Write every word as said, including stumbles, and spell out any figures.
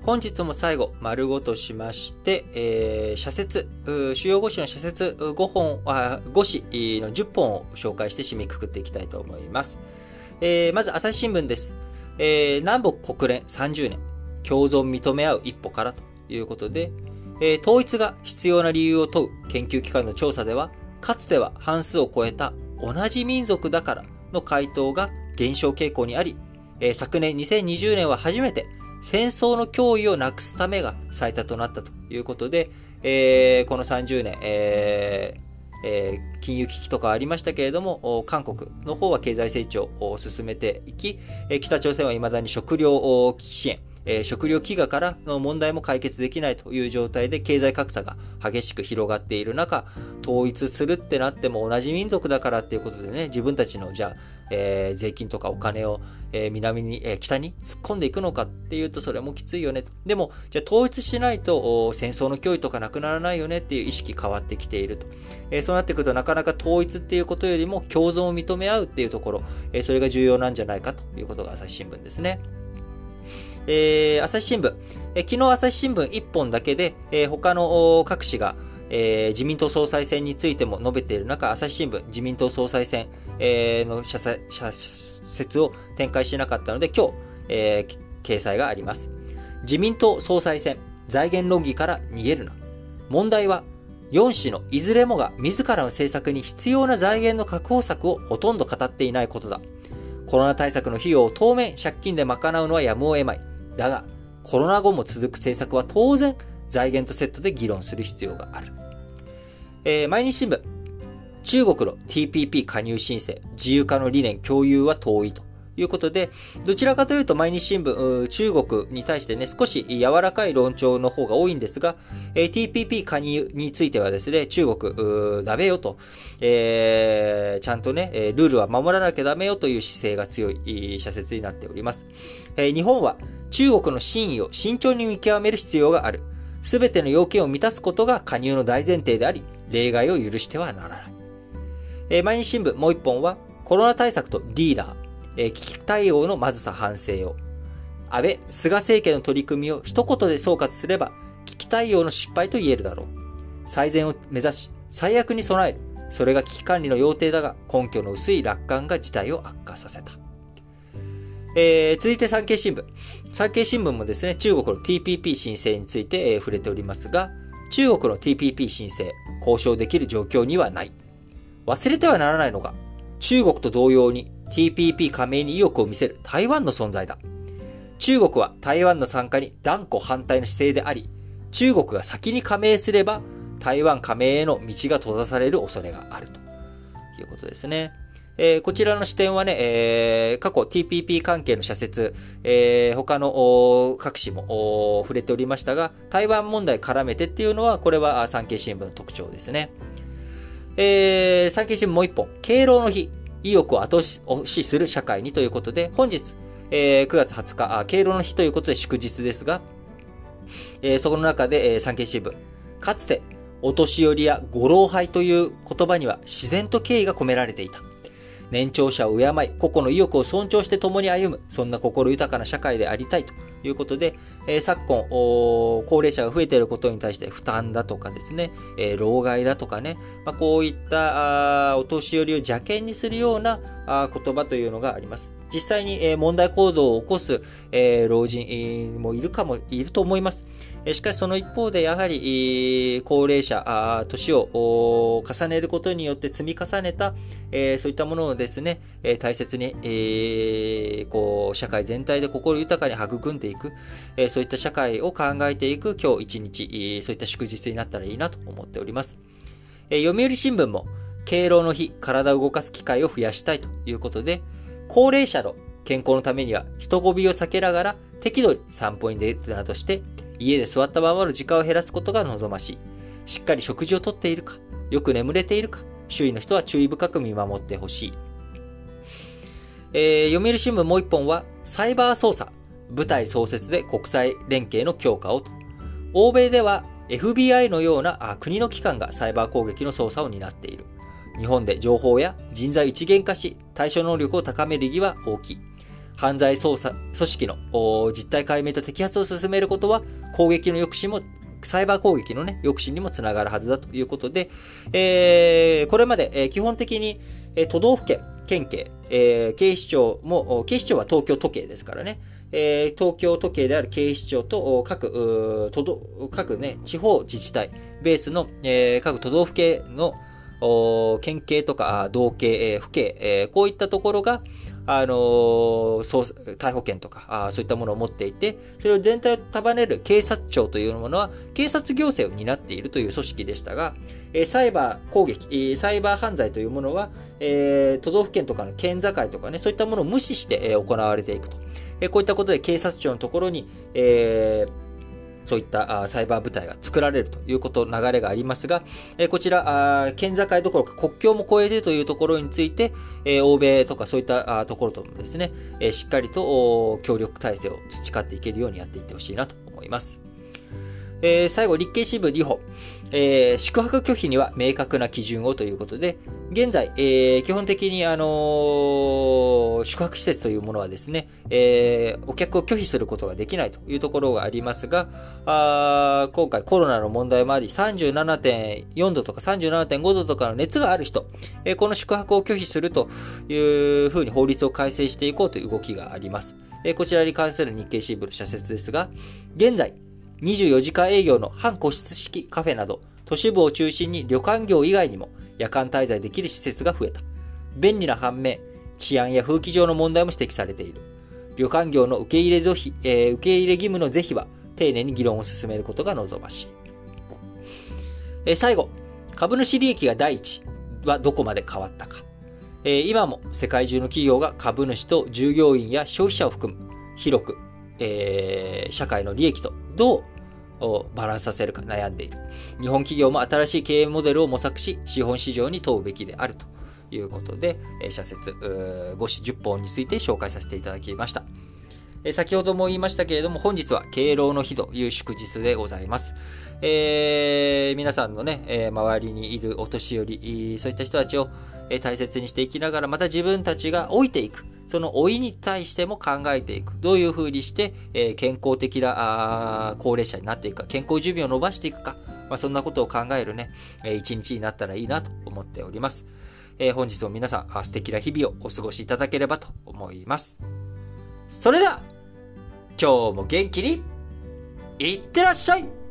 本日も最後、丸ごとしまして、えー、社説、主要ご紙の社説ごほん、あご紙のじゅっぽんを紹介して締めくくっていきたいと思います。えー、まず、朝日新聞です。えー、南北国連さんじゅうねん、共存認め合う一歩からということで、えー、統一が必要な理由を問う研究機関の調査では、かつては半数を超えた同じ民族だからの回答が減少傾向にあり、えー、昨年にせんにじゅうねんは初めて戦争の脅威をなくすためが最多となったということで、えー、このさんじゅうねん、えーえー、金融危機とかありましたけれども、韓国の方は経済成長を進めていき、北朝鮮は未だに食料危機支援、えー、食料飢餓からの問題も解決できないという状態で経済格差が激しく広がっている中、統一するってなっても同じ民族だからっていうことでね、自分たちのじゃあ、えー、税金とかお金を、えー、南に、えー、北に突っ込んでいくのかっていうとそれもきついよねと。でも、じゃあ統一しないと戦争の脅威とかなくならないよねっていう意識変わってきていると。えー、そうなってくるとなかなか統一っていうことよりも共存を認め合うっていうところ、えー、それが重要なんじゃないかということが朝日新聞ですね。えー、朝日新聞、えー、昨日朝日新聞いっぽんだけで、えー、他の各紙が、えー、自民党総裁選についても述べている中、朝日新聞自民党総裁選、えー、の社説を展開しなかったので今日、えー、掲載があります。自民党総裁選、財源論議から逃げるな。問題はよん紙のいずれもが自らの政策に必要な財源の確保策をほとんど語っていないことだ。コロナ対策の費用を当面借金で賄うのはやむを得まい。だが、コロナ後も続く政策は当然、財源とセットで議論する必要がある。えー、毎日新聞。中国の ティーピーピー 加入申請、自由化の理念共有は遠いということで、どちらかというと毎日新聞、中国に対してね、少し柔らかい論調の方が多いんですが、えー、ティーピーピー 加入についてはですね、中国、ダメよと、えー、ちゃんとね、ルールは守らなきゃダメよという姿勢が強い社説になっております。えー、日本は中国の真意を慎重に見極める必要がある。すべての要件を満たすことが加入の大前提であり、例外を許してはならない。えー、毎日新聞もう一本は、コロナ対策とリーダー、えー、危機対応のまずさ反省を。安倍、菅政権の取り組みを一言で総括すれば、危機対応の失敗と言えるだろう。最善を目指し、最悪に備える。それが危機管理の要諦だが、根拠の薄い楽観が事態を悪化させた。えー、続いて産経新聞。産経新聞もですね、中国の ティーピーピー 申請について、えー、触れておりますが、中国の ティーピーピー 申請、交渉できる状況にはない。忘れてはならないのが、中国と同様に ティーピーピー 加盟に意欲を見せる台湾の存在だ。中国は台湾の参加に断固反対の姿勢であり、中国が先に加盟すれば、台湾加盟への道が閉ざされる恐れがあるということですね。えー、こちらの視点はね、えー、過去 ティーピーピー 関係の社説、えー、他の各紙も触れておりましたが、台湾問題絡めてっていうのは、これは産経新聞の特徴ですね。えー、産経新聞もう一本、敬老の日、意欲を後押しする社会にということで、本日、えー、くがつはつか、敬老の日ということで祝日ですが、えー、そこの中で、えー、産経新聞、かつて、お年寄りやご老輩という言葉には自然と敬意が込められていた。年長者を敬い、個々の意欲を尊重して共に歩む、そんな心豊かな社会でありたいということで、えー、昨今、高齢者が増えていることに対して負担だとかですね、えー、老害だとかね、まあ、こういったお年寄りを邪険にするようなあ言葉というのがあります。実際に、えー、問題行動を起こす、えー、老人、えー、もいるかも、いると思います。しかしその一方でやはり高齢者、年を重ねることによって積み重ねたそういったものをですね、大切にこう社会全体で心豊かに育んでいく、そういった社会を考えていく今日一日、そういった祝日になったらいいなと思っております。読売新聞も敬老の日、体を動かす機会を増やしたいということで、高齢者の健康のためには人混みを避けながら適度に散歩に出るなどして家で座ったままの時間を減らすことが望ましい。しっかり食事をとっているか、よく眠れているか、周囲の人は注意深く見守ってほしい。えー、読売新聞もう一本は、サイバー捜査、部隊創設で国際連携の強化をと。欧米では エフビーアイ のような国の機関がサイバー攻撃の捜査を担っている。日本で情報や人材を一元化し、対処能力を高める意義は大きい。 犯罪捜査組織の実態解明と摘発を進めることは、攻撃の抑止も、サイバー攻撃のね、抑止にもつながるはずだということで、えー、これまで、えー、基本的に、えー、都道府県、県警、えー、警視庁も、警視庁は東京都警ですからね、えー、東京都警である警視庁と各、都道、各ね、地方自治体、ベースの、えー、各都道府県の県警とか道警、えー、府警、えー、こういったところが、あのー、逮捕権とかあ、そういったものを持っていて、それを全体を束ねる警察庁というものは、警察行政を担っているという組織でしたが、えー、サイバー攻撃、えー、サイバー犯罪というものは、えー、都道府県とかの県境とかね、そういったものを無視して、えー、行われていくと。えー、こういったことで警察庁のところに、えーそういったサイバー部隊が作られるということ、流れがありますが、こちら、県境どころか国境も越えてというところについて、欧米とかそういったところともですね、しっかりと協力体制を培っていけるようにやっていってほしいなと思います。最後、日経新聞にほん。えー、宿泊拒否には明確な基準をということで、現在、えー、基本的に、あのー、宿泊施設というものはですね、えー、お客を拒否することができないというところがありますが、あ今回コロナの問題もあり、さんじゅうななてんよんどとか さんじゅうななてんごどとかの熱がある人、えー、この宿泊を拒否するというふうに法律を改正していこうという動きがあります。えー、こちらに関する日経新聞の社説ですが、現在、にじゅうよじかん営業の半個室式カフェなど、都市部を中心に旅館業以外にも夜間滞在できる施設が増えた。便利な反面、治安や風紀上の問題も指摘されている。旅館業の受け入れ是非、えー、受け入れ義務の是非は丁寧に議論を進めることが望ましい。えー、最後、株主利益が第一はどこまで変わったか。えー、今も世界中の企業が株主と従業員や消費者を含む広く、えー、社会の利益とどうバランスさせるか悩んでいる。日本企業も新しい経営モデルを模索し、資本市場に問うべきであるということで、社説ごしじゅっぽんについて紹介させていただきました。先ほども言いましたけれども、本日は敬老の日という祝日でございます。えー、皆さんのね、えー、周りにいるお年寄り、そういった人たちを大切にしていきながら、また自分たちが老いていく。その老いに対しても考えていく。どういう風にして、えー、健康的な高齢者になっていくか、健康寿命を伸ばしていくか、まあ、そんなことを考えるね、えー、一日になったらいいなと思っております。えー、本日も皆さん、素敵な日々をお過ごしいただければと思います。それでは、今日も元気に、いってらっしゃい。